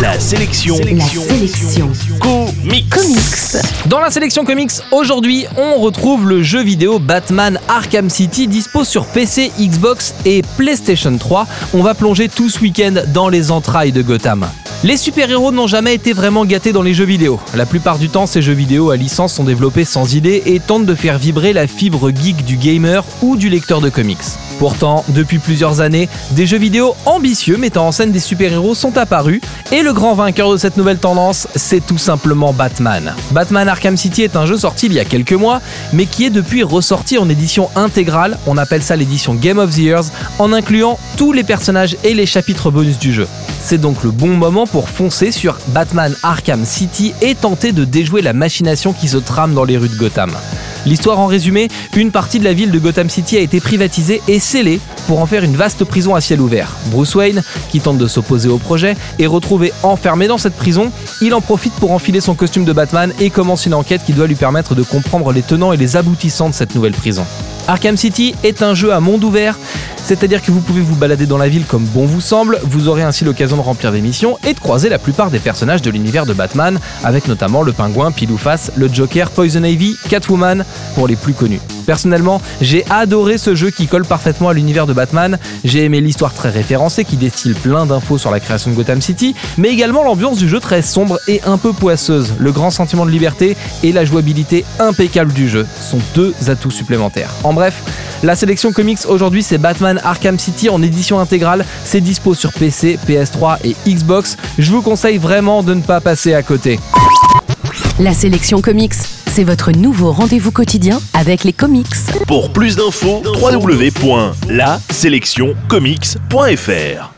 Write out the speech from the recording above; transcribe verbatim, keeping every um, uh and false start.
La sélection. La sélection. Comics. Comics. Dans la sélection comics, aujourd'hui, on retrouve le jeu vidéo Batman Arkham City, dispo sur P C, Xbox et PlayStation trois. On va plonger tout ce week-end dans les entrailles de Gotham. Les super-héros n'ont jamais été vraiment gâtés dans les jeux vidéo. La plupart du temps, ces jeux vidéo à licence sont développés sans idée et tentent de faire vibrer la fibre geek du gamer ou du lecteur de comics. Pourtant, depuis plusieurs années, des jeux vidéo ambitieux mettant en scène des super-héros sont apparus et le grand vainqueur de cette nouvelle tendance, c'est tout simplement Batman. Batman Arkham City est un jeu sorti il y a quelques mois, mais qui est depuis ressorti en édition intégrale, on appelle ça l'édition Game of the Year, en incluant tous les personnages et les chapitres bonus du jeu. C'est donc le bon moment pour foncer sur Batman Arkham City et tenter de déjouer la machination qui se trame dans les rues de Gotham. L'histoire en résumé, une partie de la ville de Gotham City a été privatisée et scellée pour en faire une vaste prison à ciel ouvert. Bruce Wayne, qui tente de s'opposer au projet, est retrouvé enfermé dans cette prison. Il en profite pour enfiler son costume de Batman et commence une enquête qui doit lui permettre de comprendre les tenants et les aboutissants de cette nouvelle prison. Arkham City est un jeu à monde ouvert, c'est-à-dire que vous pouvez vous balader dans la ville comme bon vous semble, vous aurez ainsi l'occasion de remplir des missions et de croiser la plupart des personnages de l'univers de Batman, avec notamment le Pingouin, Pile-ou-Face, le Joker, Poison Ivy, Catwoman, pour les plus connus. Personnellement, j'ai adoré ce jeu qui colle parfaitement à l'univers de Batman, j'ai aimé l'histoire très référencée qui distille plein d'infos sur la création de Gotham City, mais également l'ambiance du jeu très sombre et un peu poisseuse, le grand sentiment de liberté et la jouabilité impeccable du jeu sont deux atouts supplémentaires. En bref, la sélection comics aujourd'hui c'est Batman Arkham City en édition intégrale, c'est dispo sur P C, P S trois et Xbox, je vous conseille vraiment de ne pas passer à côté. La sélection comics, c'est votre nouveau rendez-vous quotidien avec les comics. Pour plus d'infos, w w w point la sélection comics point f r.